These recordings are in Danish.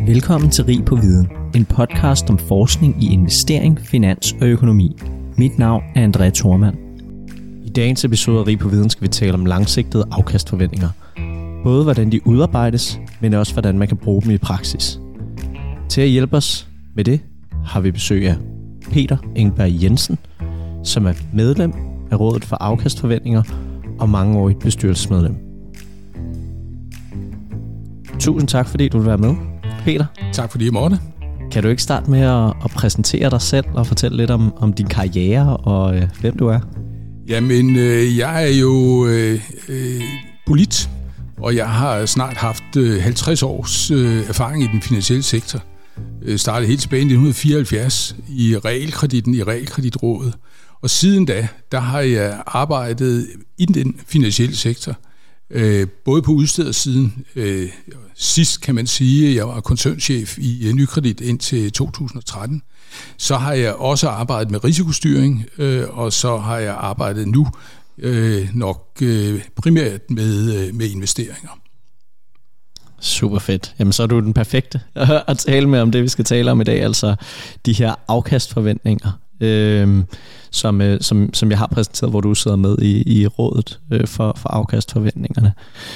Velkommen til Rig på Viden, en podcast om forskning i investering, finans og økonomi. Mit navn er André Thormann. I dagens episode af Rig på Viden skal vi tale om langsigtede afkastforventninger. Både hvordan de udarbejdes, men også hvordan man kan bruge dem i praksis. Til at hjælpe os med det har vi besøg af Peter Engberg Jensen, som er medlem af Rådet for Afkastforventninger og mangeårigt bestyrelsesmedlem. Tusind tak, fordi du vil være med, Peter. Tak fordi jeg måtte. Kan du ikke starte med at præsentere dig selv og fortælle lidt om din karriere og hvem du er? Jamen, jeg er jo polit, og jeg har snart haft 50 års erfaring i den finansielle sektor. Startede helt tilbage i 1974 i realkreditten, i Realkreditrådet. Og siden da, der har jeg arbejdet i den finansielle sektor, både på udstedersiden. Sidst kan man sige, at jeg var koncernchef i Nykredit indtil 2013. Så har jeg også arbejdet med risikostyring, og så har jeg arbejdet nu nok primært med investeringer. Super fedt. Jamen så er du den perfekte at tale med om det, vi skal tale om i dag, altså de her afkastforventninger, som jeg har præsenteret, hvor du sidder med i rådet for afkastforventningerne.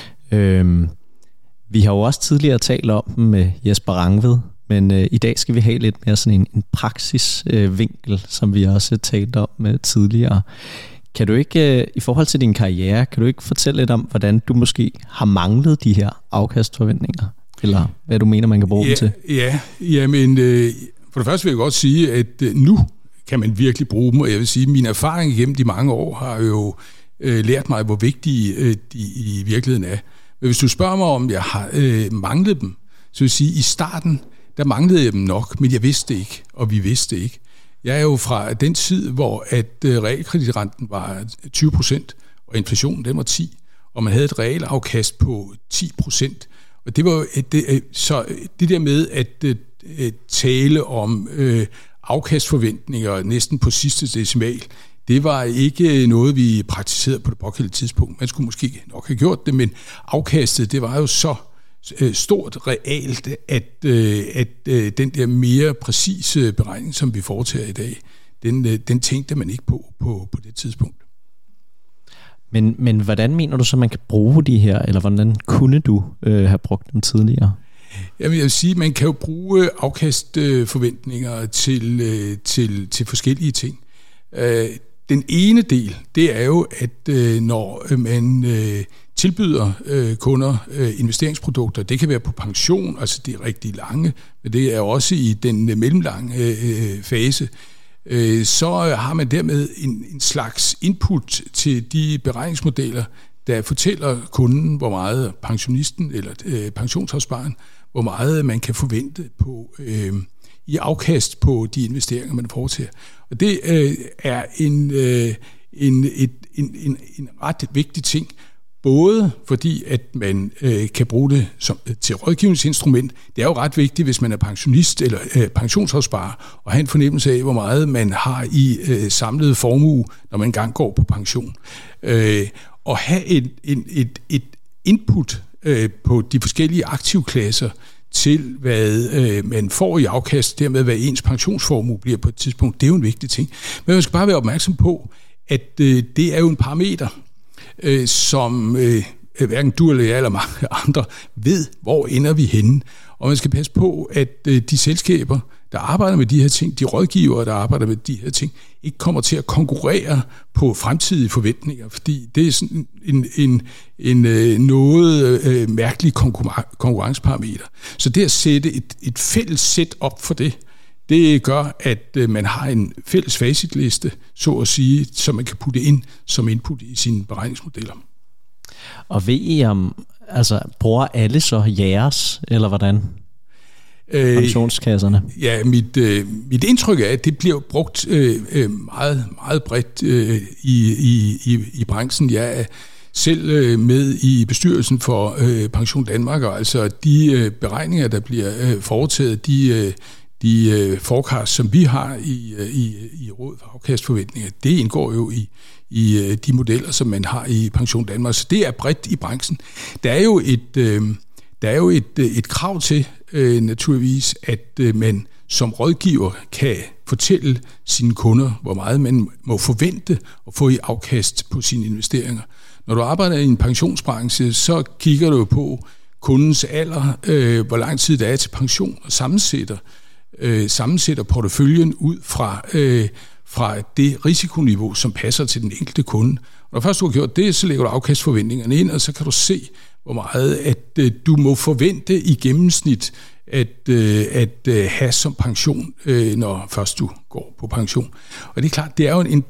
Vi har jo også tidligere talt om dem med Jesper Rangved, men i dag skal vi have lidt mere sådan en praksisvinkel, som vi også talt om med tidligere. Kan du ikke, i forhold til din karriere, kan du ikke fortælle lidt om, hvordan du måske har manglet de her afkastforventninger, eller hvad du mener, man kan bruge dem til? Jamen, for det første vil jeg godt sige, at nu kan man virkelig bruge dem, og jeg vil sige, at min erfaring gennem de mange år har jo lært mig, hvor vigtige de i virkeligheden er. Men hvis du spørger mig, om jeg har manglet dem, så vil jeg sige, at i starten, der manglede jeg dem nok, men jeg vidste det ikke, og vi vidste det ikke. Jeg er jo fra den tid, hvor at realkreditrenten var 20%, og inflationen den var 10%, og man havde et realafkast på 10%. Og det var så det der med at tale om afkastforventninger næsten på sidste decimal, det var ikke noget, vi praktiserede på det pågældende tidspunkt. Man skulle måske nok have gjort det, men afkastet, det var jo så stort realt, at den der mere præcise beregning, som vi foretager i dag, den tænkte man ikke på det tidspunkt. Men hvordan mener du så, man kan bruge de her, eller hvordan kunne du have brugt dem tidligere? Jamen, jeg vil sige, at man kan jo bruge afkastforventninger til forskellige ting. Den ene del, det er jo, at når man tilbyder kunder investeringsprodukter, det kan være på pension, altså det er rigtig lange, men det er også i den mellemlange fase, så har man dermed en slags input til de beregningsmodeller, der fortæller kunden, hvor meget pensionisten eller pensionsopspareren, hvor meget man kan forvente på i afkast på de investeringer, man foretager. Og det er en ret vigtig ting, både fordi, at man kan bruge det til rådgivningsinstrument. Det er jo ret vigtigt, hvis man er pensionist eller pensionsopsparer, og have en fornemmelse af, hvor meget man har i samlet formue, når man engang går på pension. Og have et input på de forskellige aktivklasser til, hvad man får i afkast, dermed hvad ens pensionsformue bliver på et tidspunkt, det er jo en vigtig ting. Men man skal bare være opmærksom på, at det er jo en parameter, som hverken du eller jeg eller mange andre ved, hvor ender vi henne. Og man skal passe på, at de selskaber, der arbejder med de her ting, de rådgivere, der arbejder med de her ting, ikke kommer til at konkurrere på fremtidige forventninger, fordi det er sådan en noget mærkelig konkurrenceparameter. Så det at sætte et fælles set op for det gør, at man har en fælles facitliste, så at sige, som man kan putte ind som input i sine beregningsmodeller. Og ved I om, bruger alle så jeres, eller hvordan? Pensionskasserne? Ja, mit indtryk er, at det bliver brugt meget, meget bredt i branchen. Jeg er selv med i bestyrelsen for Pension Danmark, og altså de beregninger, der bliver foretaget, de forecast, som vi har i Rådet for Afkastforventninger, det indgår jo i de modeller, som man har i Pension Danmark. Så det er bredt i branchen. Der der er jo et krav til, naturligvis, at man som rådgiver kan fortælle sine kunder, hvor meget man må forvente at få i afkast på sine investeringer. Når du arbejder i en pensionsbranche, så kigger du på kundens alder, hvor lang tid der er til pension, og sammensætter porteføljen ud fra det risikoniveau, som passer til den enkelte kunde. Når først du har gjort det, så lægger du afkastforventningerne ind, og så kan du se, hvor meget at du må forvente i gennemsnit at have som pension, når først du går på pension. Og det er klart, det er jo en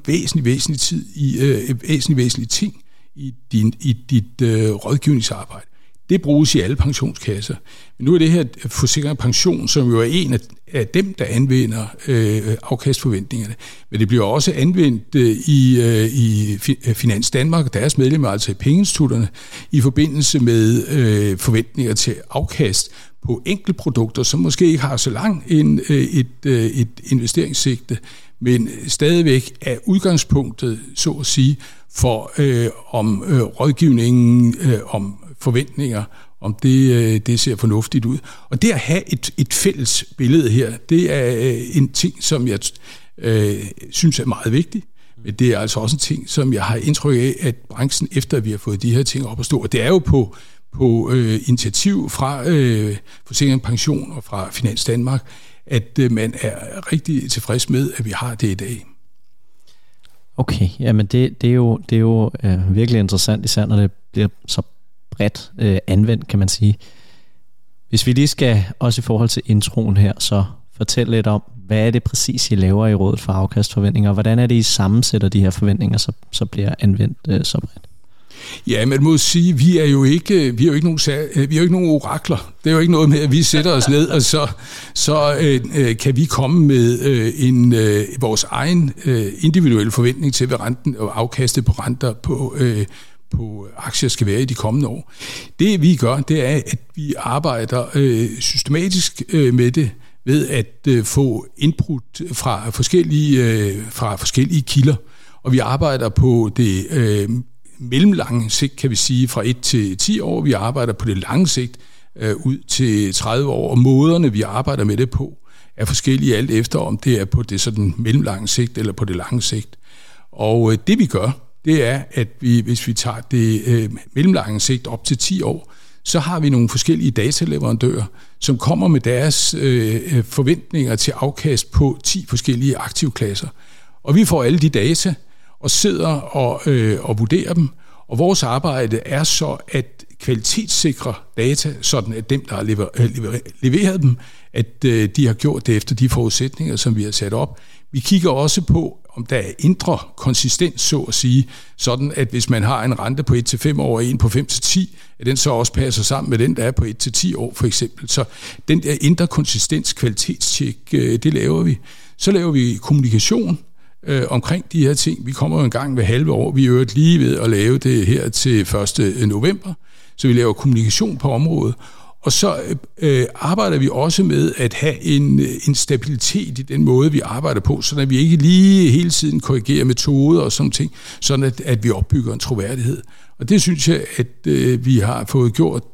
væsentlig ting i dit rådgivningsarbejde. Det bruges i alle pensionskasser. Men nu er det her forsikring pension, som jo er en af dem, der anvender afkastforventningerne. Men det bliver også anvendt i Finans Danmark og deres medlemmer, altså i pengeinstitutterne, i forbindelse med forventninger til afkast på enkeltprodukter, som måske ikke har så lang et investeringssigte, men stadigvæk er udgangspunktet, så at sige, for om rådgivningen, om forventninger, om det ser fornuftigt ud. Og det at have et fælles billede her, det er en ting, som jeg synes er meget vigtig. Men det er altså også en ting, som jeg har indtryk af, at branchen, efter vi har fået de her ting op at stå, og det er jo på initiativ fra Forsikring Pension og fra Finans Danmark, at man er rigtig tilfreds med, at vi har det i dag. Okay, jamen det er jo virkelig interessant, især når det bliver så bredt anvendt, kan man sige. Hvis vi lige skal, også i forhold til introen her, så fortæl lidt om, hvad er det præcis, I laver i Rådet for Afkastforventninger, og hvordan er det, I sammensætter de her forventninger, så bliver anvendt så bredt? Ja, man må sige, vi er jo ikke nogen orakler. Det er jo ikke noget med, at vi sætter os ned, og så kan vi komme med vores egen individuelle forventning til, hvad renten og afkastet på renter på aktier skal være i de kommende år. Det vi gør, det er, at vi arbejder systematisk med det, ved at få input fra forskellige kilder. Og vi arbejder på det mellemlange sigt, kan vi sige, fra 1 til 10 år. Vi arbejder på det lange sigt ud til 30 år, og måderne, vi arbejder med det på, er forskellige alt efter, om det er på det sådan mellemlange sigt eller på det lange sigt. Og det vi gør, det er, at hvis vi tager det mellemlange sigt op til 10 år, så har vi nogle forskellige dataleverandører, som kommer med deres forventninger til afkast på 10 forskellige aktivklasser. Og vi får alle de data og sidder og vurderer dem. Og vores arbejde er så at kvalitetssikre data, sådan at dem, der har leveret dem, at de har gjort det efter de forudsætninger, som vi har sat op. Vi kigger også på, om der er indre konsistens, så at sige, sådan at hvis man har en rente på 1-5 år og en på 5-10, at den så også passer sammen med den, der er på 1-10 år for eksempel. Så den der indre konsistens kvalitetstjek, det laver vi. Så laver vi kommunikation omkring de her ting. Vi kommer jo en gang hver halve år. Vi er jo lige ved at lave det her til 1. november, så vi laver kommunikation på området. Og så arbejder vi også med at have en stabilitet i den måde, vi arbejder på, så at vi ikke lige hele tiden korrigerer metoder og sådan ting, sådan at vi opbygger en troværdighed. Og det synes jeg, at vi har fået gjort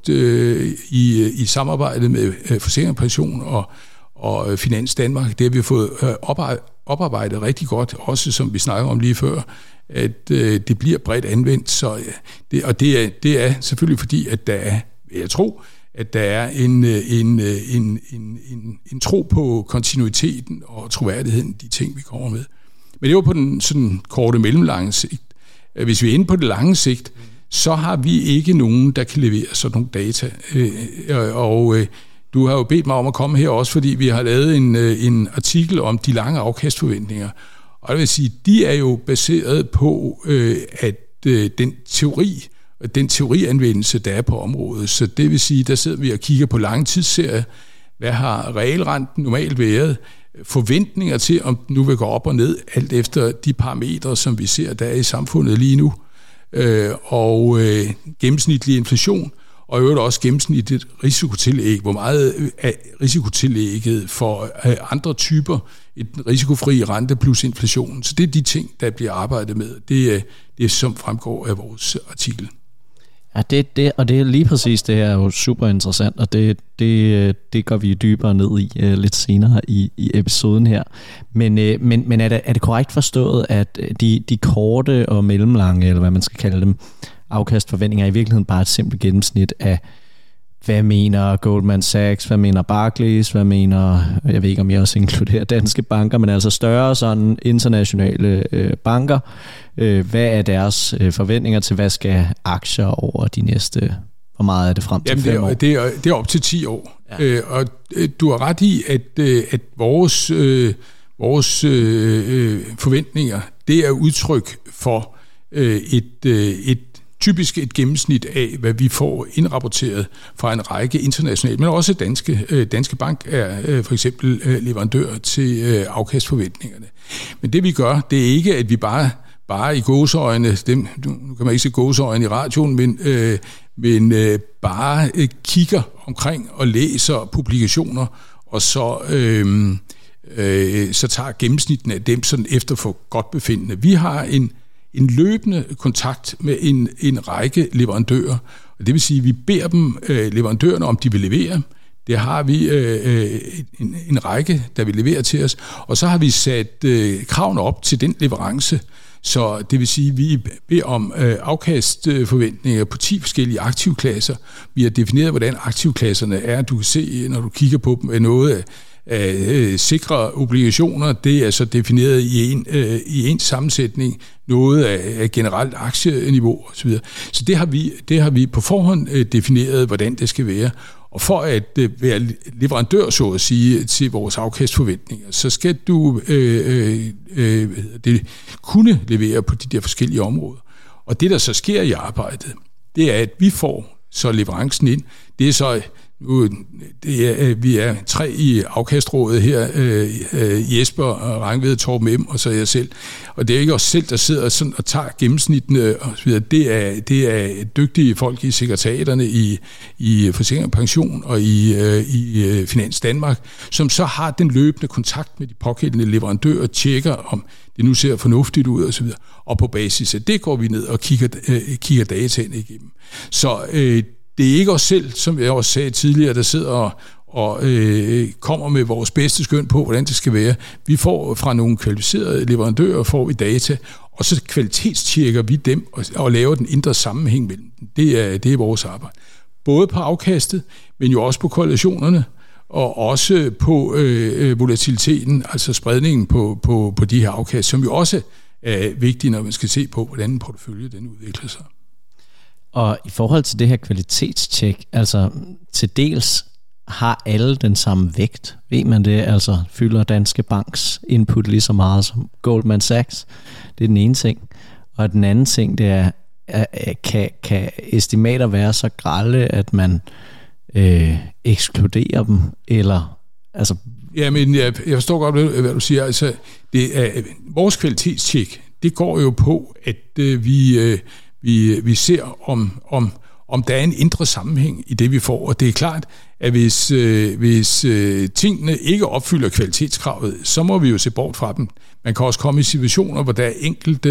i samarbejde med Forsikring Pension og Finans Danmark. Det har vi fået oparbejdet rigtig godt, også som vi snakker om lige før, at det bliver bredt anvendt. Så det er selvfølgelig fordi, at der er, jeg tror, at der er en tro på kontinuiteten og troværdigheden, de ting, vi kommer med. Men det var på den sådan korte mellemlange sigt. Hvis vi er inde på det lange sigt, så har vi ikke nogen, der kan levere sådan nogle data. Og du har jo bedt mig om at komme her også, fordi vi har lavet en artikel om de lange afkastforventninger. Og det vil sige, de er jo baseret på, at den teorianvendelse, der er på området. Så det vil sige, der sidder vi og kigger på lange tidsserier. Hvad har realrenten normalt været? Forventninger til, om den nu vil gå op og ned, alt efter de parametre, som vi ser, der er i samfundet lige nu. Og gennemsnitlig inflation, og i øvrigt også gennemsnitligt risikotillæg. Hvor meget er risikotillægget for andre typer, et risikofri rente plus inflation. Så det er de ting, der bliver arbejdet med. Det er som fremgår af vores artikel. Ja, og det er lige præcis, det er jo super interessant, og det går vi dybere ned i lidt senere i episoden her. Men er det korrekt forstået, at de korte og mellemlange, eller hvad man skal kalde dem, afkastforventninger er i virkeligheden bare et simpelt gennemsnit af, hvad mener Goldman Sachs, hvad mener Barclays, hvad mener, jeg ved ikke om jeg også inkluderer danske banker, men altså større sådan internationale banker. Hvad er deres forventninger til, hvad skal aktier over de næste, hvor meget er det frem til 5 år? Det er op til 10 år. Ja. Og du har ret i, at vores forventninger, det er udtryk for typisk et gennemsnit af, hvad vi får indrapporteret fra en række internationale, men også Danske Bank er for eksempel leverandør til afkastforventningerne. Men det vi gør, det er ikke, at vi bare i gåseøjne, nu kan man ikke se gåseøjne i radioen, men bare kigger omkring og læser publikationer, og så tager gennemsnitten af dem sådan efter for godt befindende. Vi har en løbende kontakt med en række leverandører, og det vil sige, at vi beder dem, leverandørerne, om de vil levere. Det har vi en række, der vil levere til os, og så har vi sat kravene op til den leverance. Så det vil sige, at vi beder om afkastforventninger på 10 forskellige aktivklasser. Vi har defineret, hvordan aktivklasserne er. Du kan se, når du kigger på dem, noget af sikre obligationer, det er så defineret i en sammensætning, noget af generelt aktieniveau osv. Så det har vi på forhånd defineret, hvordan det skal være. Og for at være leverandør, så at sige, til vores afkastforventninger, så skal du kunne levere på de der forskellige områder. Og det, der så sker i arbejdet, det er, at vi får så leverancen ind. Det er så vi er 3 i afkastrådet her, Jesper, Rangved, Torben M. og så jeg selv. Og det er ikke os selv, der sidder sådan og tager gennemsnittene og så videre. Det er dygtige folk i sekretariaterne i Forsikring og Pension og i Finans Danmark, som så har den løbende kontakt med de pågældende leverandører, tjekker om det nu ser fornuftigt ud og så videre. Og på basis af det går vi ned og kigger dataene igennem. Så det er ikke os selv, som jeg også sagde tidligere, der sidder og kommer med vores bedste skøn på, hvordan det skal være. Vi får fra nogle kvalificerede leverandører, får vi data, og så kvalitetstjekker vi dem og laver den indre sammenhæng mellem dem. Det er vores arbejde. Både på afkastet, men jo også på korrelationerne, og også på volatiliteten, altså spredningen på de her afkast, som jo også er vigtige, når man skal se på, hvordan en portefølje den udvikler sig. Og i forhold til det her kvalitetstjek, altså til dels har alle den samme vægt, ved man det, altså fylder Danske Banks input lige så meget som Goldman Sachs, det er den ene ting. Og den anden ting, det er, kan estimater være så grelle, at man ekskluderer dem, eller altså... Ja, men jeg forstår godt, hvad du siger. Altså, det er, vores kvalitetstjek, det går jo på, at vi ser, om der er en indre sammenhæng i det, vi får. Og det er klart, at hvis tingene ikke opfylder kvalitetskravet, så må vi jo se bort fra dem. Man kan også komme i situationer, hvor der er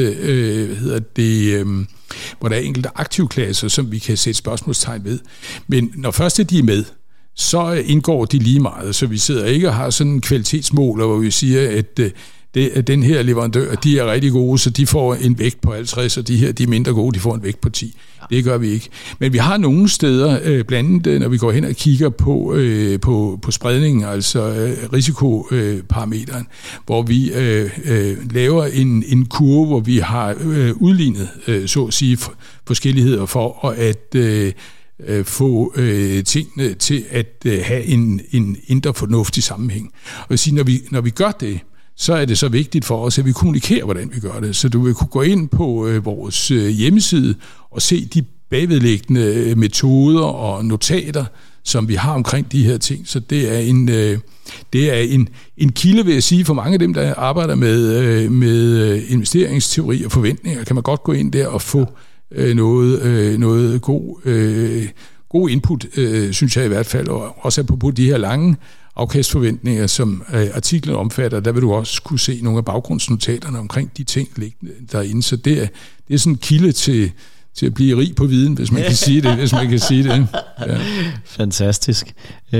enkelte aktivklasser, som vi kan sætte spørgsmålstegn ved. Men når først de er med, så indgår de lige meget. Så vi sidder ikke og har sådan en kvalitetsmål, hvor vi siger, at den her leverandør, de er rigtig gode, så de får en vægt på 50, og de her, de er mindre gode, de får en vægt på 10. Ja. Det gør vi ikke. Men vi har nogle steder, blandt andet, når vi går hen og kigger på spredningen, altså risikoparameteren, hvor vi laver en kurve, hvor vi har udlignet, så at sige, forskelligheder for at få tingene til at have en indre fornuftig sammenhæng. Og jeg siger, når vi gør det, så er det så vigtigt for os, at vi kommunikerer, hvordan vi gør det. Så du vil kunne gå ind på vores hjemmeside og se de bagvedliggende metoder og notater, som vi har omkring de her ting. Så det er en kilde, vil jeg sige, for mange af dem, der arbejder med investeringsteori og forventninger. Kan man godt gå ind der og få noget god input, synes jeg i hvert fald, og også på de her lange afkastforventninger, som artiklen omfatter, der vil du også kunne se nogle af baggrundsnotaterne omkring de ting liggende derinde. Så det er sådan en kilde at blive rig på viden, hvis man kan sige det. Ja. Fantastisk.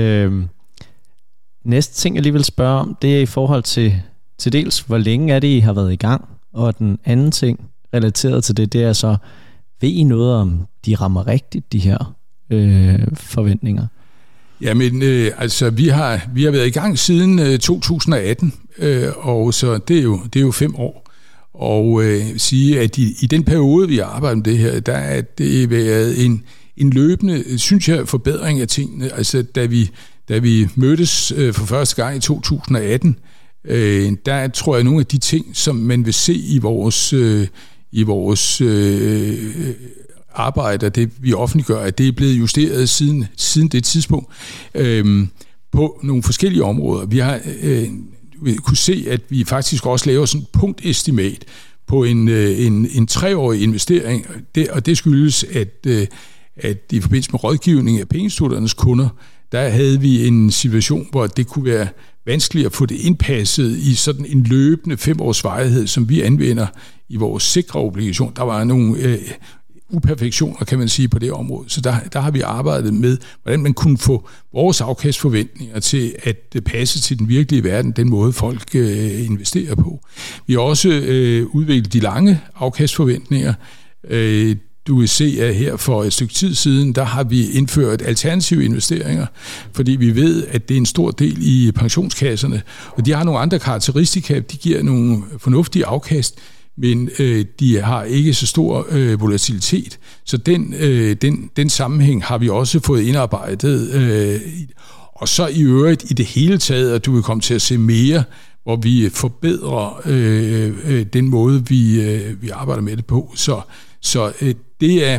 Næste ting, jeg lige vil spørge om, det er i forhold til dels, hvor længe er det, I har været i gang? Og den anden ting relateret til det er så, ved I noget om, de rammer rigtigt, de her forventninger? Jamen, altså, vi har været i gang siden 2018, og så det er jo 5 år. Og sige, at i den periode, vi har arbejdet med det her, der er det været en løbende, synes jeg, forbedring af tingene. Altså, da vi mødtes for første gang i 2018, der tror jeg, nogle af de ting, som man vil se i vores arbejde, og det vi offentliggør, at det er blevet justeret siden det tidspunkt på nogle forskellige områder. Vi har kunne se, at vi faktisk også laver sådan et punktestimat på en 3-årig investering, og det skyldes, at i forbindelse med rådgivning af pengeinstitutternes kunder, der havde vi en situation, hvor det kunne være vanskeligt at få det indpasset i sådan en løbende 5-års varighed, som vi anvender i vores sikre obligation. Der var nogle uperfektioner, kan man sige, på det område. Så der har vi arbejdet med, hvordan man kunne få vores afkastforventninger til at passe til den virkelige verden, den måde folk investerer på. Vi har også udviklet de lange afkastforventninger. Du vil se, at her for et stykke tid siden, der har vi indført alternative investeringer, fordi vi ved, at det er en stor del i pensionskasserne, og de har nogle andre karakteristika, de giver nogle fornuftige afkast, men de har ikke så stor volatilitet. Så den sammenhæng har vi også fået indarbejdet. Og så i øvrigt i det hele taget, at du vil komme til at se mere, hvor vi forbedrer den måde, vi arbejder med det på. Så det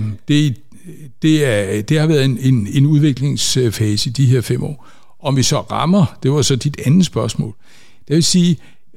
har været en udviklingsfase i de her 5 år. Om vi så rammer, det var så dit andet spørgsmål. Det vil sige,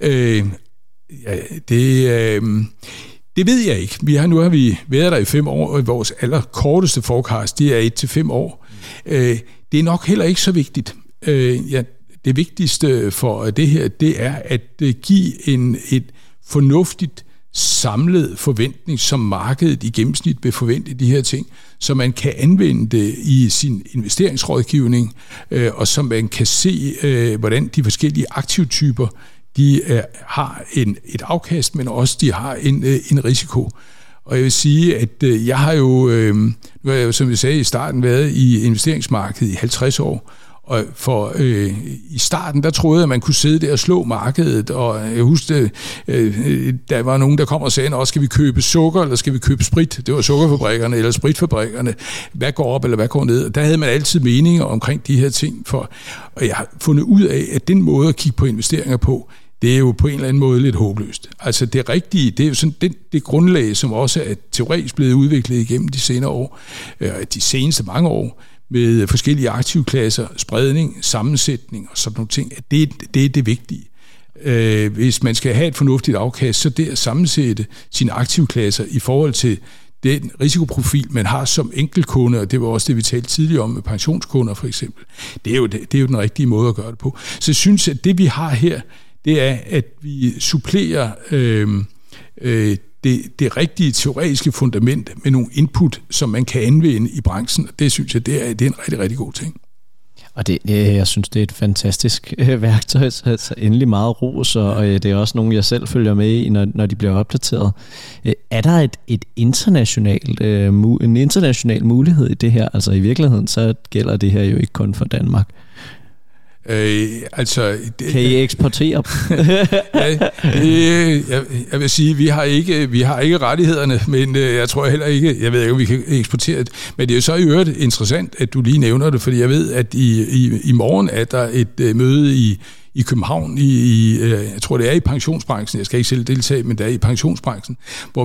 det ved jeg ikke. Nu har vi været der i 5 år, og vores allerkorteste forecast, det er 1-5 år. Det er nok heller ikke så vigtigt. Det vigtigste for det her, det er at give et fornuftigt samlet forventning, som markedet i gennemsnit vil forvente de her ting, så man kan anvende det i sin investeringsrådgivning, og så man kan se, hvordan de forskellige aktivtyper, de har et afkast, men også de har en risiko. Og jeg vil sige, at jeg har jo, nu har jeg jo, som vi sagde i starten, været i investeringsmarkedet i 50 år, og i starten, der troede jeg, at man kunne sidde der og slå markedet, og jeg husker, der var nogen, der kom og sagde, skal vi købe sukker, eller skal vi købe sprit? Det var sukkerfabrikkerne eller spritfabrikkerne. Hvad går op, eller hvad går ned? Og der havde man altid meninger omkring de her ting, og jeg har fundet ud af, at den måde at kigge på investeringer på, det er jo på en eller anden måde lidt håbløst. Altså det rigtige, det er jo sådan det grundlag, som også er teoretisk blevet udviklet igennem de senere år, de seneste mange år, med forskellige aktivklasser, spredning, sammensætning og sådan nogle ting. Det er det vigtige. Hvis man skal have et fornuftigt afkast, så det at sammensætte sine aktivklasser i forhold til den risikoprofil, man har som enkeltkunde, og det var også det, vi talte tidligere om med pensionskunder for eksempel, det er jo den rigtige måde at gøre det på. Så jeg synes, at det vi har her, det er, at vi supplerer det rigtige teoretiske fundament med nogle input, som man kan anvende i branchen. Det synes jeg, det er en rigtig, rigtig god ting. Og jeg synes, det er et fantastisk værktøj, så endelig meget ros, og det er også nogle, jeg selv følger med i, når de bliver opdateret. Er der en international mulighed i det her? Altså i virkeligheden, så gælder det her jo ikke kun for Danmark. Kan I eksportere? Jeg vil sige, vi har ikke rettighederne, men jeg tror heller ikke, jeg ved ikke, om vi kan eksportere det. Men det er jo så i øvrigt interessant, at du lige nævner det, fordi jeg ved, at i morgen er der et møde i København, jeg tror det er i pensionsbranchen, jeg skal ikke selv deltage, men det er i pensionsbranchen,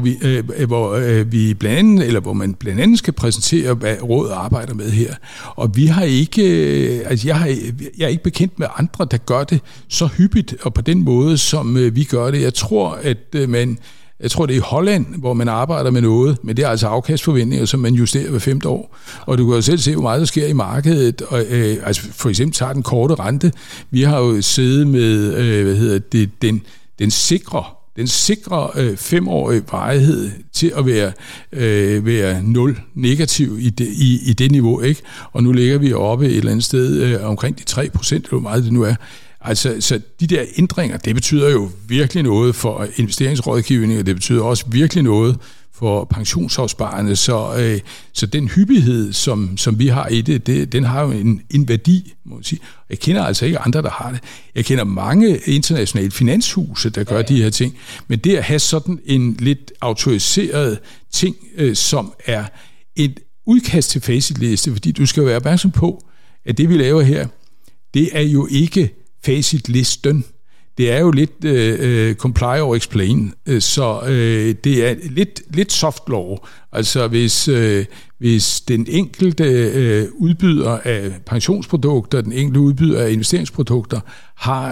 hvor man blandt andet skal præsentere, hvad rådet arbejder med her. Og vi har ikke, jeg er ikke bekendt med andre, der gør det så hyppigt og på den måde, som vi gør det. Jeg tror, det er i Holland, hvor man arbejder med noget, men det er altså afkastforventninger, som man justerer hver 5 år. Og du kan jo selv se, hvor meget der sker i markedet. Og, for eksempel tager den korte rente. Vi har jo siddet med, den Den sikrer 5-årig varighed til at være 0 negativ i det niveau, ikke? Og nu ligger vi oppe et eller andet sted omkring de 3%, eller hvor meget det nu er. Altså, så de der ændringer, det betyder jo virkelig noget for investeringsrådgivning, og det betyder også virkelig noget for pensionsopsparerne. Så den hyppighed, som vi har i det, den har jo en værdi, må man sige. Jeg kender altså ikke andre, der har det. Jeg kender mange internationale finanshuse, der gør de her ting. Men det at have sådan en lidt autoriseret ting, som er et udkast til facitliste, fordi du skal være opmærksom på, at det vi laver her, det er jo ikke facitlisten. Det er jo lidt comply or explain, så det er lidt soft law. Altså hvis den enkelte udbyder af pensionsprodukter, den enkelte udbyder af investeringsprodukter har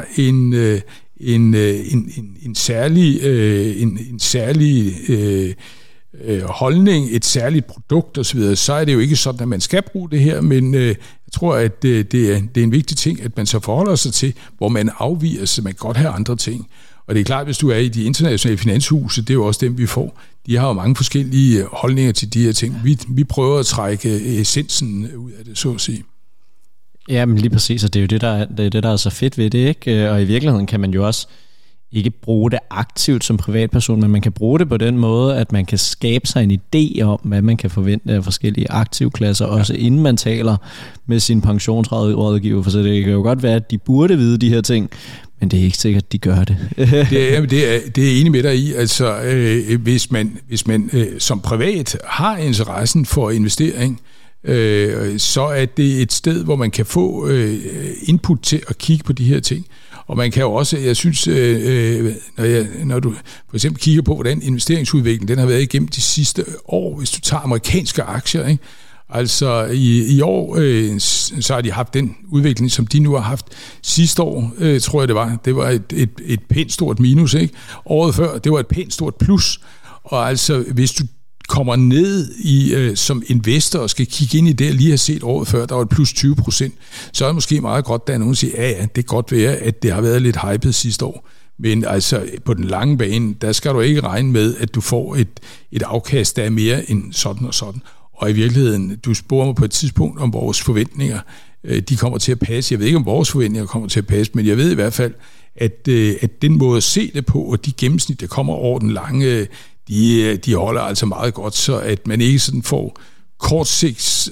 en særlig holdning, et særligt produkt osv., så er det jo ikke sådan, at man skal bruge det her, men jeg tror, at det er en vigtig ting, at man så forholder sig til, hvor man afviger, så man kan godt have andre ting. Og det er klart, hvis du er i de internationale finanshuse, det er jo også dem, vi får. De har jo mange forskellige holdninger til de her ting. Vi prøver at trække essensen ud af det, så at sige. Ja, men lige præcis, og det er jo det, der er så fedt ved det, ikke? Og i virkeligheden kan man jo også ikke bruge det aktivt som privatperson, men man kan bruge det på den måde, at man kan skabe sig en idé om, hvad man kan forvente af forskellige aktivklasser, også inden man taler med sin pensionsrådgiver, for så det kan jo godt være, at de burde vide de her ting, men det er ikke sikkert, at de gør det. Det er enig med dig i. Altså, hvis man som privat har interessen for investering, så er det et sted, hvor man kan få input til at kigge på de her ting. Og man kan jo også, jeg synes, når du for eksempel kigger på, hvordan investeringsudviklingen den har været igennem de sidste år, hvis du tager amerikanske aktier, ikke? Altså i år, så har de haft den udvikling, som de nu har haft sidste år, tror jeg det var et pænt stort minus, ikke? Året før, det var et pænt stort plus. Og altså, hvis du kommer ned i som investor og skal kigge ind i det, jeg lige har set året før, der var et plus 20%, så er det måske meget godt, der nogen siger, ja, det kan godt være, at det har været lidt hypet sidste år. Men altså på den lange bane, der skal du ikke regne med, at du får et afkast, der er mere end sådan og sådan. Og i virkeligheden, du spurgte mig på et tidspunkt om vores forventninger, de kommer til at passe. Jeg ved ikke, om vores forventninger kommer til at passe, men jeg ved i hvert fald, at den måde at se det på, og de gennemsnit, der kommer over den lange, de holder altså meget godt, så at man ikke sådan får kortsigts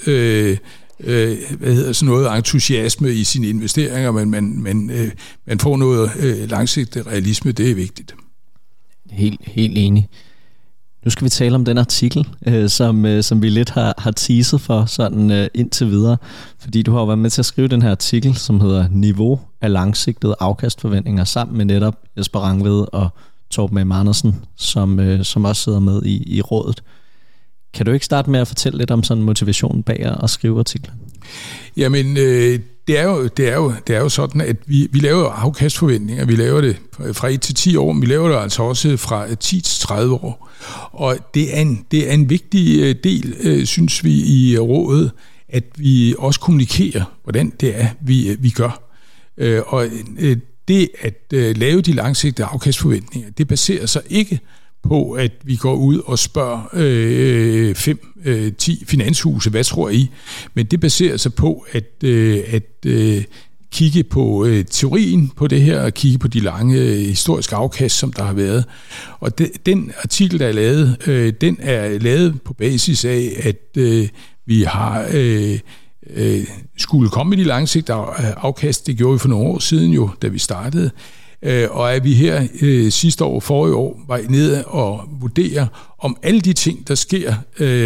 noget entusiasme i sine investeringer, men man får noget langsigtet realisme, det er vigtigt. Helt enig. Nu skal vi tale om den artikel, som vi lidt har teaset for sådan indtil videre, fordi du har jo været med til at skrive den her artikel, som hedder Niveau af langsigtede afkastforventninger, sammen med netop Jesper Rangvid og Torben M. Andersen, som også sidder med i rådet. Kan du ikke starte med at fortælle lidt om sådan motivationen bag at skrive artiklen? Jamen, det er jo sådan, at vi laver afkastforventninger. Vi laver det fra 1 til 10 år, men vi laver det altså også fra 10 til 30 år. Og det er en vigtig del, synes vi i rådet, at vi også kommunikerer, hvordan det er, vi gør. Og det at lave de langsigtede afkastforventninger, det baserer sig ikke på, at vi går ud og spørger 5-10 finanshuse, hvad tror I? Men det baserer sig på at kigge på teorien på det her, og kigge på de lange historiske afkast, som der har været. Og den artikel, der er lavet, den er lavet på basis af, at vi har skulle komme med de langsigtede afkast. Det gjorde vi for nogle år siden jo, da vi startede. Og at vi her sidste år, forrige år, var nede og vurdere, om alle de ting, der sker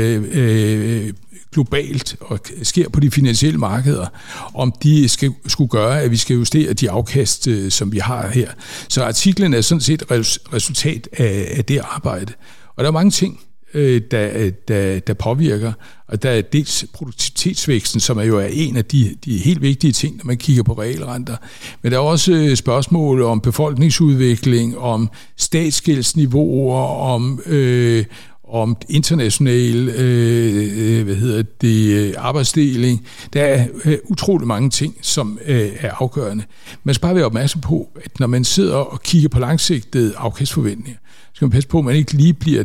globalt og sker på de finansielle markeder, om de skulle gøre, at vi skal justere de afkast, som vi har her. Så artiklen er sådan set resultat af det arbejde. Og der er mange ting, der påvirker, og der er dels produktivitetsvæksten, som jo er en af de helt vigtige ting, når man kigger på realrenter, men der er også spørgsmål om befolkningsudvikling, om statsgældsniveauer, om international arbejdsdeling. Der er utrolig mange ting, som er afgørende. Man skal bare være opmærksom på, at når man sidder og kigger på langsigtede afkastforventninger, skal man passe på, at man ikke lige bliver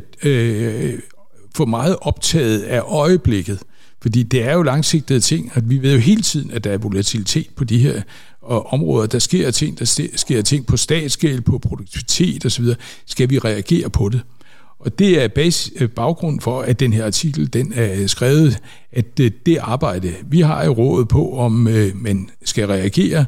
for meget optaget af øjeblikket. Fordi det er jo langsigtede ting, at vi ved jo hele tiden, at der er volatilitet på de her områder. Der sker ting på statsskala, på produktivitet osv. Skal vi reagere på det? Og det er baggrunden for, at den her artikel den er skrevet, at det arbejde, vi har i rådet på, om man skal reagere.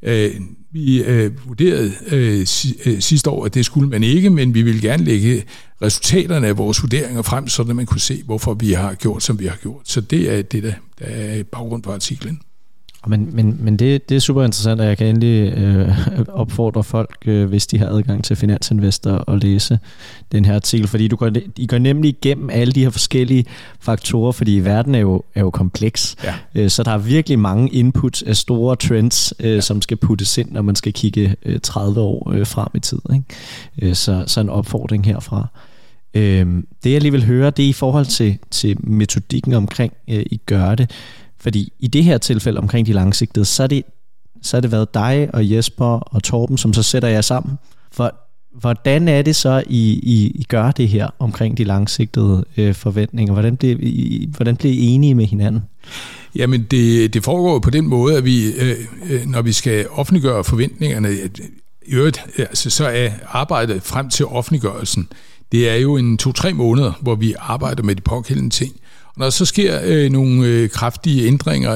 Vi vurderede sidste år, at det skulle man ikke, men vi ville gerne lægge resultaterne af vores vurderinger frem, så man kunne se, hvorfor vi har gjort, som vi har gjort. Så det er det, der er baggrund for artiklen. Men det er super interessant, og jeg kan endelig opfordre folk, hvis de har adgang til Finansinvestor, at læse den her artikel, fordi I går nemlig igennem alle de her forskellige faktorer, fordi verden er jo kompleks, så der er virkelig mange inputs af store trends, som skal puttes ind, når man skal kigge 30 år frem i tid, ikke? Så en opfordring herfra. Det jeg lige vil høre, det er i forhold til metodikken omkring I gør det. Fordi i det her tilfælde omkring de langsigtede, så er det været dig og Jesper og Torben, som så sætter jer sammen. Hvordan er det så, I gør det her omkring de langsigtede forventninger? Hvordan bliver I enige med hinanden? Jamen, det foregår på den måde, at vi, når vi skal offentliggøre forventningerne, i øvrigt, altså, så er arbejdet frem til offentliggørelsen, det er jo 2-3 måneder, hvor vi arbejder med de pågældende ting. Og når så sker nogle kraftige ændringer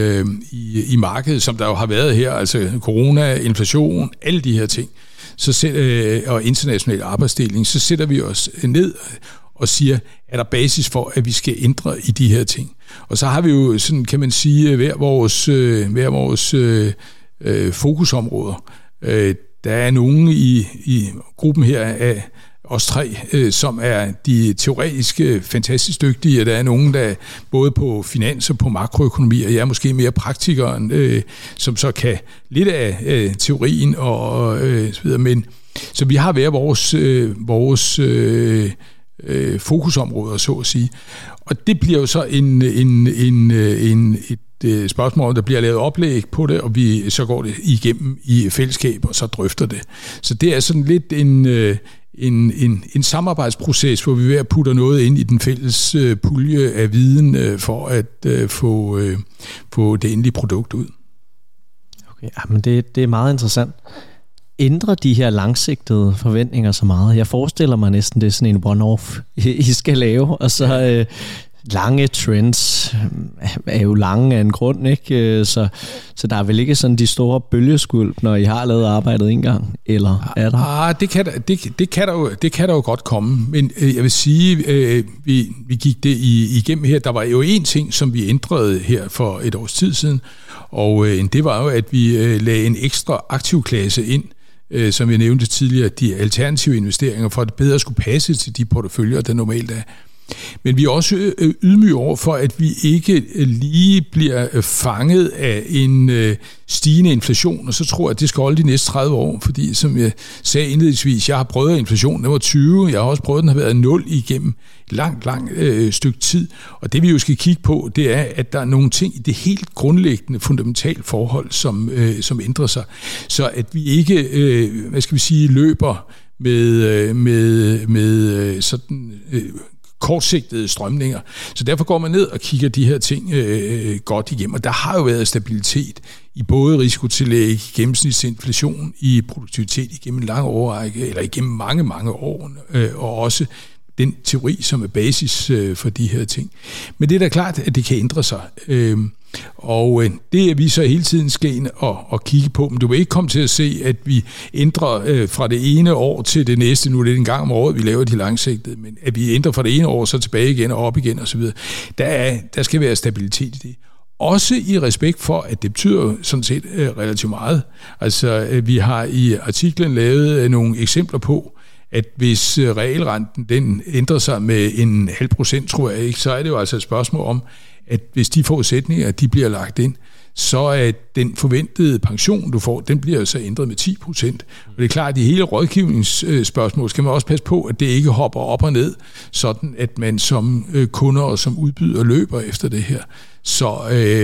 i markedet, som der jo har været her, altså corona, inflation, alle de her ting, og international arbejdsdeling, så sætter vi os ned og siger, er der basis for, at vi skal ændre i de her ting. Og så har vi jo, sådan kan man sige, hver vores fokusområder. Der er nogen i gruppen her af os 3, som er de teoretiske fantastisk dygtige, og der er nogen, der både på finans og på makroøkonomi, og jeg er måske mere praktikeren, som så kan lidt af teorien og så videre. Men så vi har hver vores fokusområder, så at sige. Og det bliver jo så et spørgsmål, om der bliver lavet oplæg på det, og så går det igennem i fællesskab, og så drøfter det. Så det er sådan lidt en samarbejdsproces, hvor vi ved at putte noget ind i den fælles pulje af viden for at få det endelige produkt ud. Okay, men det er meget interessant. Ændrer de her langsigtede forventninger så meget? Jeg forestiller mig næsten, det er sådan en one-off, I skal lave, og så lange trends er jo lange af en grund, ikke? Så der er vel ikke sådan de store bølgeskuld, når I har lavet arbejdet en gang, eller er der? Det kan der jo godt komme, men jeg vil sige, vi gik det igennem her. Der var jo en ting, som vi ændrede her for et års tid siden, og det var jo, at vi lagde en ekstra aktivklasse ind, som jeg nævnte tidligere, de alternative investeringer, for at det bedre skulle passe til de porteføljer, der normalt er. Men vi er også ydmyge over for, at vi ikke lige bliver fanget af en stigende inflation, og så tror jeg, at det skal holde de næste 30 år, fordi som jeg sagde indledningsvis, jeg har prøvet inflationen, den var 20, jeg har også prøvet, den har været 0 igennem et langt stykke tid, og det vi jo skal kigge på, det er, at der er nogle ting i det helt grundlæggende fundamentale forhold, som ændrer sig, så at vi ikke, løber med sådan kortsigtede strømninger. Så derfor går man ned og kigger de her ting godt igennem. Og der har jo været stabilitet i både risikotillæg, gennemsnitsinflation, i produktivitet igennem en lang årrække, eller igennem mange, mange år, og også den teori, som er basis for de her ting. Men det er da klart, at det kan ændre sig. Og det er vi så hele tiden skal ind og kigge på. Men du vil ikke komme til at se, at vi ændrer fra det ene år til det næste. Nu er det en gang om året, vi laver de langsigtede, men at vi ændrer fra det ene år, så tilbage igen og op igen osv. Der skal være stabilitet i det. Også i respekt for, at det betyder sådan set relativt meget. Altså, vi har i artiklen lavet nogle eksempler på, at hvis realrenten den ændrer sig med 0,5%, tror jeg ikke, så er det jo altså et spørgsmål om, at hvis de forudsætninger, de bliver lagt ind, så er den forventede pension, du får, den bliver så ændret med 10%. Og det er klart, at i hele rådgivningsspørgsmål skal man også passe på, at det ikke hopper op og ned, sådan at man som kunder og som udbyder løber efter det her. Så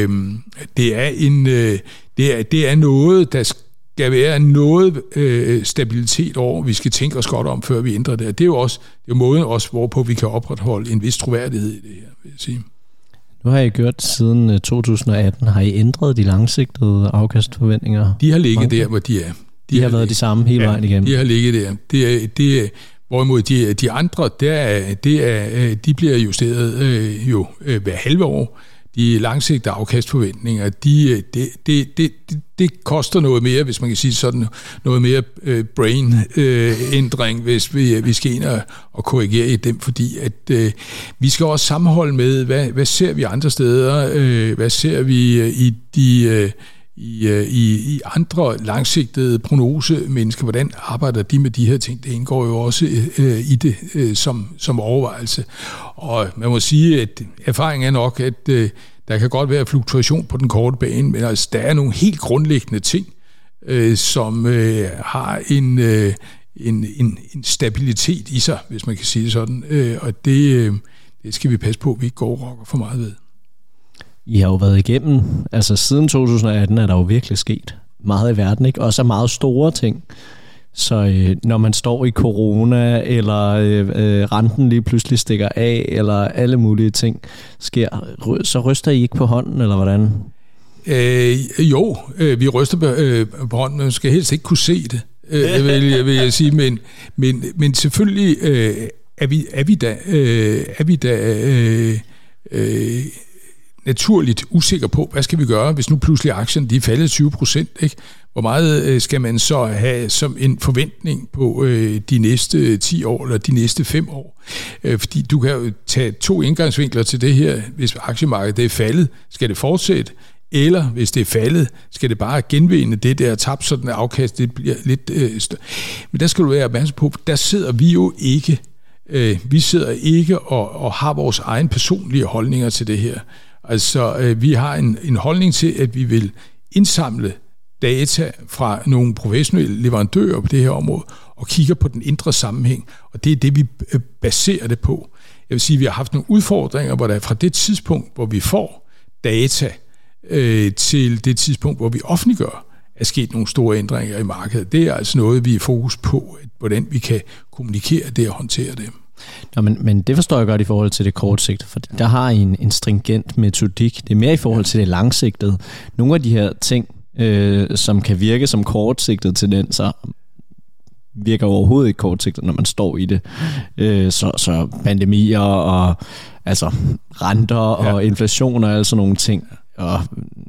det er noget, der skal være noget stabilitet over. Vi skal tænke os godt om, før vi ændrer det. Det er jo måden også, hvorpå vi kan opretholde en vis troværdighed i det her, vil jeg sige. Nu har I gjort siden 2018. Har I ændret de langsigtede afkastforventninger? De har ligget der, hvor de er. De har været de samme hele vejen igennem? De har ligget der. Hvorimod de andre, de bliver justeret hver halve år. De langsigtede afkastforventninger, det koster noget mere, hvis man kan sige sådan, noget mere brain-ændring, hvis vi skal ind og korrigere i dem, fordi at vi skal også sammenholde med, hvad ser vi andre steder, hvad ser vi i andre langsigtede prognosemennesker, hvordan arbejder de med de her ting? Det indgår jo også i det som overvejelse. Og man må sige, at erfaringen er nok, at der kan godt være fluktuation på den korte bane, men altså, der er nogle helt grundlæggende ting, som har en stabilitet i sig, hvis man kan sige det sådan. Og det skal vi passe på, at vi ikke går og rokker for meget ved. I har jo været igennem, altså siden 2018 er der jo virkelig sket meget i verden, ikke? Også meget store ting. Så når man står i corona, eller renten lige pludselig stikker af, eller alle mulige ting sker, så ryster I ikke på hånden, eller hvordan? Vi ryster på hånden, men man skal helst ikke kunne se det, vil jeg sige. Men selvfølgelig er vi da naturligt usikker på, hvad skal vi gøre, hvis nu pludselig aktien de er faldet 20%, ikke? Hvor meget skal man så have som en forventning på de næste 10 år eller de næste 5 år? Fordi du kan jo tage 2 indgangsvinkler til det her. Hvis aktiemarkedet er faldet, skal det fortsætte? Eller hvis det er faldet, skal det bare genvinde det der tabt, så den afkast det bliver lidt større. Men der skal du være opmærksom på, der sidder vi jo ikke. Vi sidder ikke og har vores egen personlige holdninger til det her. Altså, vi har en holdning til, at vi vil indsamle data fra nogle professionelle leverandører på det her område, og kigger på den indre sammenhæng, og det er det, vi baserer det på. Jeg vil sige, at vi har haft nogle udfordringer, hvor der fra det tidspunkt, hvor vi får data, til det tidspunkt, hvor vi offentliggør, er sket nogle store ændringer i markedet. Det er altså noget, vi er fokus på, hvordan vi kan kommunikere det og håndtere det. Nå, men det forstår jeg godt i forhold til det kortsigtede, for der har I en stringent metodik. Det er mere i forhold til det langsigtede. Nogle af de her ting, som kan virke som kortsigtede tendenser, virker overhovedet ikke kortsigtet, når man står i det. Så pandemier og altså renter og inflation og alle sådan nogle ting. Og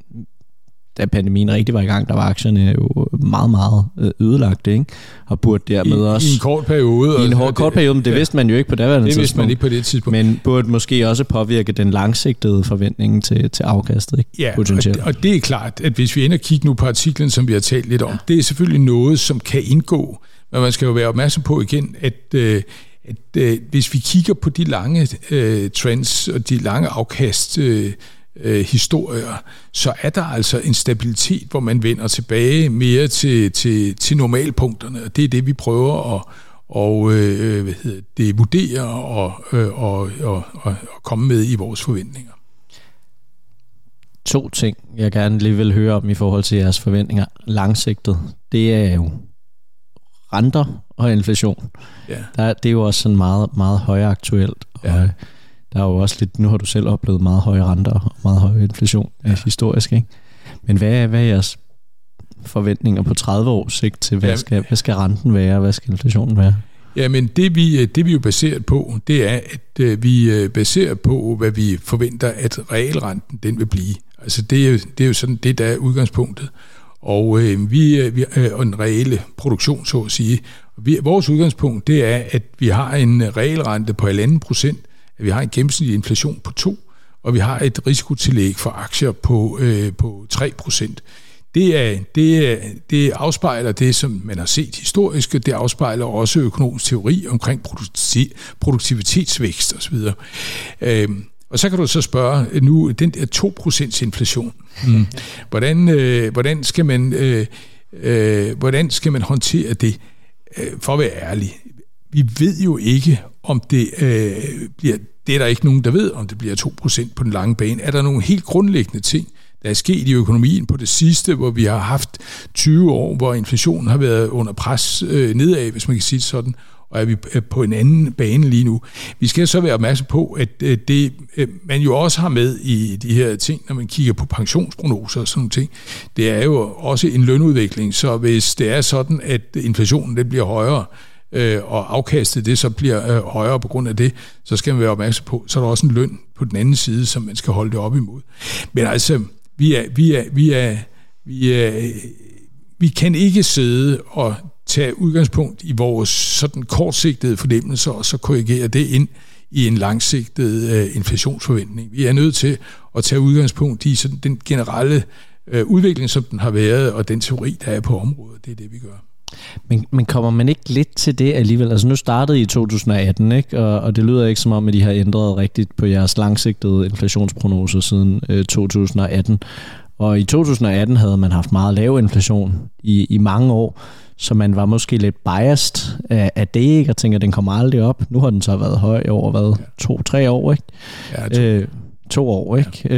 da pandemien rigtig var i gang, der var aktierne jo meget, meget ødelagte, ikke? Og burde dermed også... I en kort periode. I en kort periode, men det vidste man jo ikke på daværende tidspunkt. Det vidste man ikke på det tidspunkt. Men burde måske også påvirke den langsigtede forventning til afkastet, ikke? Ja, og det er klart, at hvis vi ender og kigger nu på artiklen, som vi har talt lidt om, det er selvfølgelig noget, som kan indgå. Men man skal jo være opmærksom på igen, at hvis vi kigger på de lange trends og de lange afkast historier, så er der altså en stabilitet, hvor man vender tilbage mere til normalpunkterne, og det er det, vi prøver at vurdere og komme med i vores forventninger. 2 ting, jeg gerne lige vil høre om i forhold til jeres forventninger langsigtet, det er jo renter og inflation. Ja. Det er jo også sådan meget, meget højaktuelt, og der er jo også lidt, nu har du selv oplevet meget høje renter og meget høj inflation historisk, ikke? Men hvad er jeres forventninger på 30 års sigt til, hvad skal renten være, hvad skal inflationen være? Jamen det vi jo baseret på, det er, at vi baserer på, hvad vi forventer, at realrenten den vil blive. Altså det er jo sådan det, der er udgangspunktet. Og vi og en reelle produktion, så at sige. Vores udgangspunkt, det er, at vi har en realrente på 1,5%, at vi har en gennemsnitlig inflation på 2%, og vi har et risikotillæg for aktier på 3%. Det afspejler det, som man har set historisk, og det afspejler også økonomisk teori omkring produktivitetsvækst osv. Og så kan du så spørge nu, den der 2% inflation, hvordan skal man håndtere det? For at være ærlig, vi ved jo ikke, om det bliver, det er der ikke nogen, der ved, om det bliver 2% på den lange bane. Er der nogle helt grundlæggende ting, der er sket i økonomien på det sidste, hvor vi har haft 20 år, hvor inflationen har været under pres nedad, hvis man kan sige det sådan, og er vi på en anden bane lige nu. Vi skal så være opmærksom på, at det man jo også har med i de her ting, når man kigger på pensionsprognoser og sådan nogle ting, det er jo også en lønudvikling, så hvis det er sådan, at inflationen den bliver højere, og afkastet det så bliver højere på grund af det, så skal man være opmærksom på, så er der også en løn på den anden side, som man skal holde det op imod. Men altså, vi kan ikke sidde og tage udgangspunkt i vores sådan kortsigtede fornemmelser, og så korrigere det ind i en langsigtet inflationsforventning. Vi er nødt til at tage udgangspunkt i sådan den generelle udvikling, som den har været, og den teori, der er på området. Det er det, vi gør. Men kommer man ikke lidt til det alligevel? Altså nu startede I 2018, ikke? Og det lyder ikke som om, at de har ændret rigtigt på jeres langsigtede inflationsprognoser siden 2018. Og i 2018 havde man haft meget lav inflation i mange år, så man var måske lidt biased af det, ikke? Og tænker, at den kommer aldrig op. Nu har den så været høj over, 2-3 år, ikke? Ja, 2 år, ikke?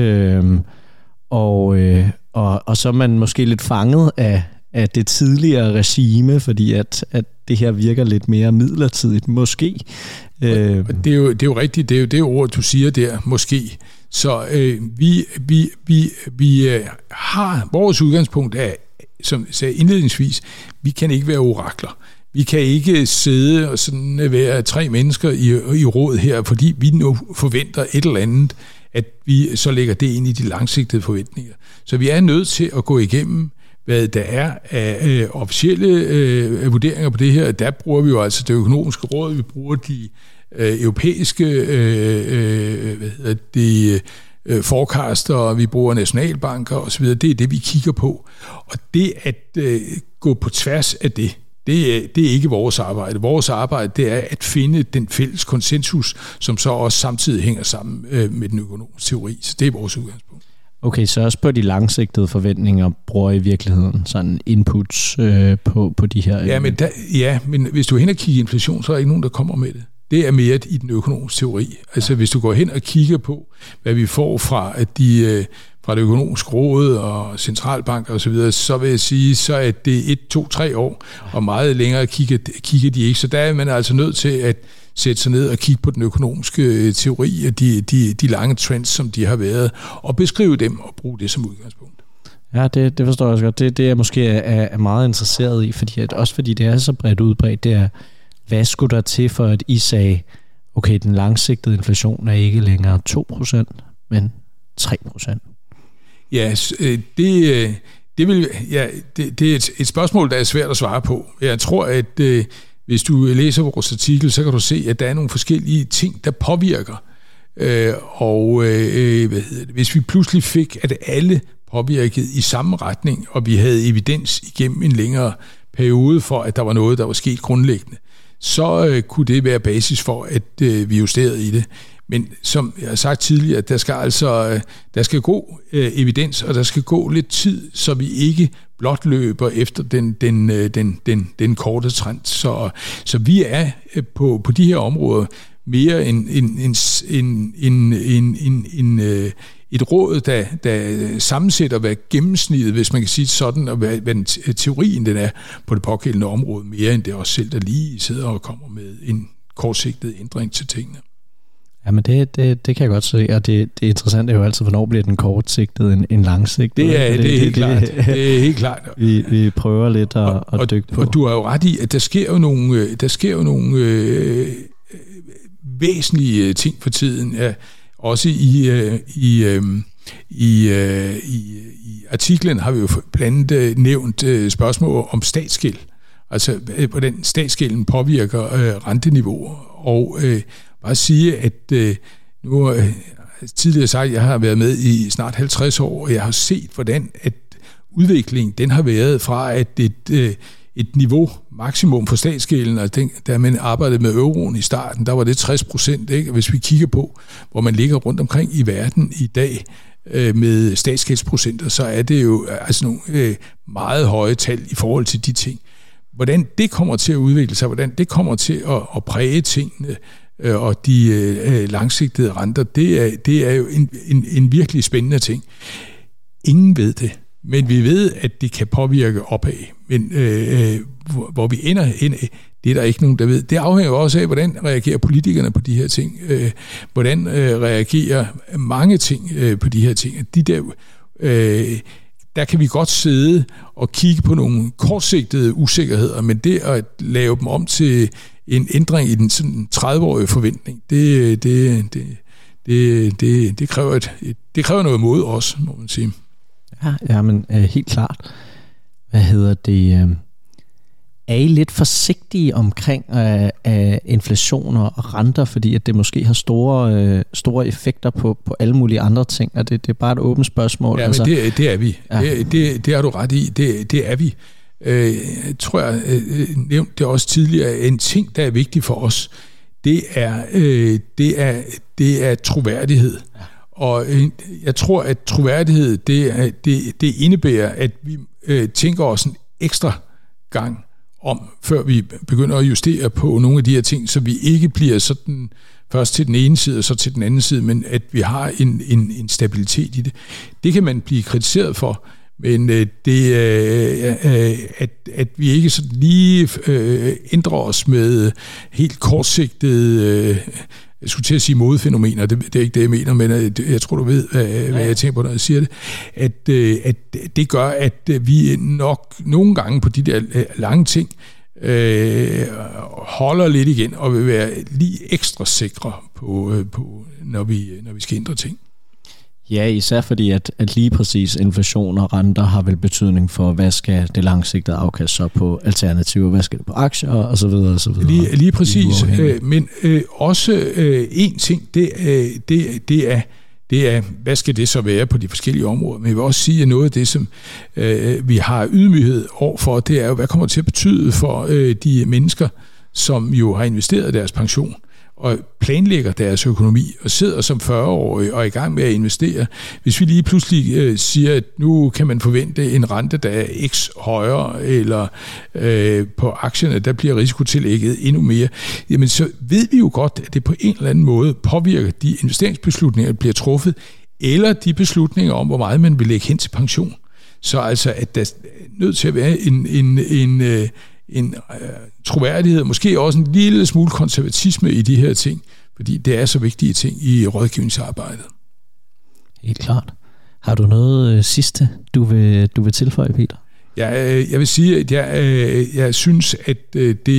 Ja. Og så er man måske lidt fanget af det tidligere regime, fordi at det her virker lidt mere midlertidigt, måske. Det er jo rigtigt, det er jo det ord, du siger der, måske. Så vi har vores udgangspunkt af, som jeg sagde indledningsvis, vi kan ikke være orakler. Vi kan ikke sidde og sådan være 3 mennesker i råd her, fordi vi nu forventer et eller andet, at vi så lægger det ind i de langsigtede forventninger. Så vi er nødt til at gå igennem, hvad der er af officielle vurderinger på det her. Der bruger vi jo altså det økonomiske råd, vi bruger de europæiske forecaster, vi bruger nationalbanker osv. Det er det, vi kigger på. Og det at gå på tværs af det er ikke vores arbejde. Vores arbejde, det er at finde den fælles konsensus, som så også samtidig hænger sammen med den økonomiske teori. Så det er vores udgangspunkt. Okay, så også på de langsigtede forventninger bruger I virkeligheden sådan inputs på de her... Men hvis du er hen og kigger inflation, så er der ikke nogen, der kommer med det. Det er mere i den økonomiske teori. Altså hvis du går hen og kigger på, hvad vi får fra det økonomiske råd og centralbanker osv., så vil jeg sige, så er det 1, 2, 3 år, og meget længere kigger de ikke. Så der er man altså nødt til at sætte sig ned og kigge på den økonomiske teori og de lange trends, som de har været, og beskrive dem og bruge det som udgangspunkt. Ja, det forstår jeg også godt. Det jeg måske er meget interesseret i, fordi det er så bredt udbredt, det er, hvad skulle der til for, at I sagde, okay, den langsigtede inflation er ikke længere 2%, men 3%? Ja, det er et spørgsmål, der er svært at svare på. Jeg tror, at hvis du læser vores artikel, så kan du se, at der er nogle forskellige ting, der påvirker. Hvis vi pludselig fik, at alle påvirket i samme retning, og vi havde evidens igennem en længere periode for, at der var noget, der var sket grundlæggende, så kunne det være basis for, at vi justerede i det. Men som jeg har sagt tidligere, der skal gå evidens, og der skal gå lidt tid, så vi ikke blot løber efter den korte trend. Så vi er på de her områder mere et råd, der sammensætter, hvad gennemsnittet, hvis man kan sige sådan, og hvad teorien den er på det pågældende område, mere end det også selv, der lige sidder og kommer med en kortsigtet ændring til tingene. Jamen det kan jeg godt se, og det interessante er jo altid, hvornår bliver den kortsigtet en langsigtet. Det er helt klart. Det er helt klart. Vi prøver lidt at dykke på. Og du har jo ret i, at der sker jo nogle væsentlige ting for tiden, også i artiklen har vi jo blandt andet nævnt spørgsmål om statsgæld. Altså, hvordan statsgælden påvirker renteniveauer. Og bare sige, at nu har jeg tidligere sagt, at jeg har været med i snart 50 år, og jeg har set, hvordan at udviklingen den har været fra, at et et niveau maksimum for statsgælden, altså da man arbejdede med euroen i starten, der var det 60%, ikke? Hvis vi kigger på, hvor man ligger rundt omkring i verden i dag med statsgældsprocenter, så er det jo altså nogle meget høje tal i forhold til de ting. Hvordan det kommer til at udvikle sig, hvordan det kommer til at præge tingene og de langsigtede renter, det er jo en virkelig spændende ting. Ingen ved det, men vi ved, at det kan påvirke opad. Men hvor vi ender hen, det er der ikke nogen, der ved. Det afhænger også af, hvordan reagerer politikerne på de her ting. Hvordan reagerer mange ting på de her ting. Der kan vi godt sidde og kigge på nogle kortsigtede usikkerheder, men det at lave dem om til en ændring i den sådan 30-årige forventning, det kræver noget mod os, må man sige. Ja, men helt klart. Er I lidt forsigtige omkring inflation og renter, fordi at det måske har store effekter på alle mulige andre ting, og det er bare et åbent spørgsmål? Ja, men det er vi. Ja. Det har du ret i. Det er vi. Jeg tror, jeg nævnte det også tidligere. En ting, der er vigtig for os, det er troværdighed. Ja. Og jeg tror, at troværdighed, det indebærer, at vi tænker os en ekstra gang om, før vi begynder at justere på nogle af de her ting, så vi ikke bliver sådan først til den ene side og så til den anden side, men at vi har en stabilitet i det. Det kan man blive kritiseret for, men at vi ikke sådan lige ændrer os med helt kortsigtede jeg skulle til at sige modefænomener, det er ikke det, jeg mener, men jeg tror, du ved, hvad jeg tænker på, når jeg siger det, at det gør, at vi nok nogle gange på de der lange ting holder lidt igen og vil være lige ekstra sikre på når vi skal ændre ting. Ja, især fordi, at lige præcis inflation og renter har vel betydning for, hvad skal det langsigtede afkast så på alternativer, hvad skal det på aktier og så videre og så videre. Lige præcis, men også en ting, det er, hvad skal det så være på de forskellige områder? Men jeg vil også sige, at noget af det, som vi har ydmyghed overfor, det er jo, hvad kommer det til at betyde for de mennesker, som jo har investeret deres pension og planlægger deres økonomi og sidder som 40-årige og er i gang med at investere. Hvis vi lige pludselig siger, at nu kan man forvente en rente, der er x højere, eller på aktierne, der bliver risikotillægget endnu mere, jamen så ved vi jo godt, at det på en eller anden måde påvirker de investeringsbeslutninger, der bliver truffet, eller de beslutninger om, hvor meget man vil lægge hen til pension. Så altså, at der er nødt til at være en troværdighed, måske også en lille smule konservatisme i de her ting, fordi det er så vigtige ting i rådgivningsarbejdet. Helt klart. Har du noget sidste, du vil tilføje, Peter? Ja, jeg vil sige, at jeg synes, at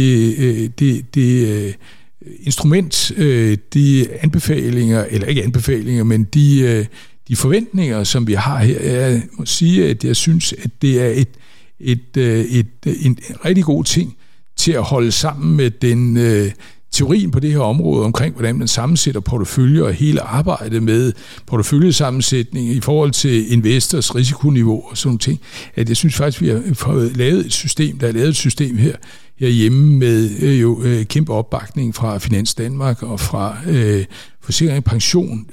det instrument, de anbefalinger, eller ikke anbefalinger, men de forventninger, som vi har her, jeg må sige, at jeg synes, at det er en rigtig god ting til at holde sammen med den teorien på det her område omkring, hvordan man sammensætter porteføljer og hele arbejdet med porteføljesammensætning i forhold til investors risikoniveau og sådan nogle ting. At jeg synes faktisk, vi har fået lavet et system, der er lavet et system herhjemme med kæmpe opbakning fra Finans Danmark og fra Forsikring Pension,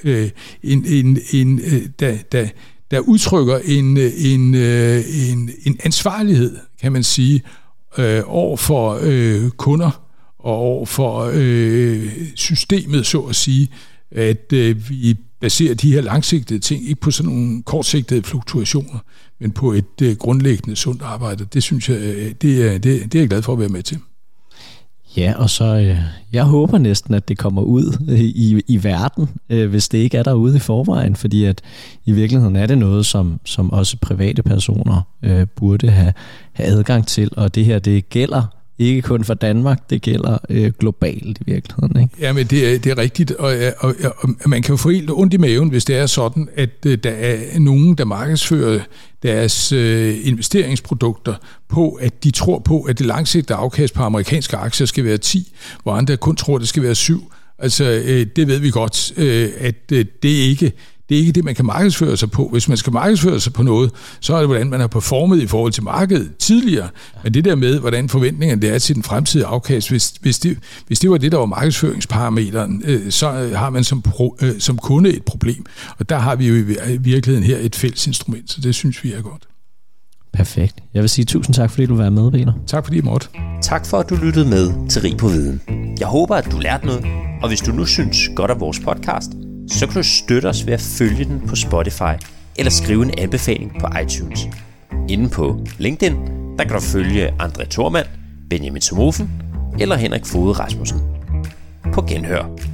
der udtrykker en ansvarlighed, kan man sige, over for kunder og over for systemet, så at sige, at vi baserer de her langsigtede ting ikke på sådan nogle kortsigtede fluktuationer, men på et grundlæggende sundt arbejde. Det synes jeg, det er jeg glad for at være med til. Ja, og så jeg håber næsten, at det kommer ud i verden, hvis det ikke er derude i forvejen, fordi at i virkeligheden er det noget, som også private personer burde have adgang til, og det her, det gælder ikke kun for Danmark, det gælder globalt i virkeligheden, ikke? Ja, men det er rigtigt, og man kan jo få helt ondt i maven, hvis det er sådan, at der er nogen, der markedsfører deres investeringsprodukter på, at de tror på, at det langsigtede afkast på amerikanske aktier skal være 10, hvor andre kun tror, at det skal være 7. Altså, det ved vi godt, at det Det er ikke det, man kan markedsføre sig på. Hvis man skal markedsføre sig på noget, så er det, hvordan man har performet i forhold til markedet tidligere. Men det der med, hvordan forventningerne det er til den fremtidige afkast, hvis det var det, der var markedsføringsparameteren, så har man som kunde et problem. Og der har vi jo i virkeligheden her et fælles instrument, så det synes vi er godt. Perfekt. Jeg vil sige tusind tak, fordi du var med, Peter. Tak fordi I måtte. Tak for, at du lyttede med til Rig på Viden. Jeg håber, at du lærte noget, og hvis du nu synes godt af vores podcast, så kan du støtte os ved at følge den på Spotify eller skrive en anbefaling på iTunes. Inde på LinkedIn, der kan du følge André Thormann, Benjamin Somofen eller Henrik Foged Rasmussen. På genhør.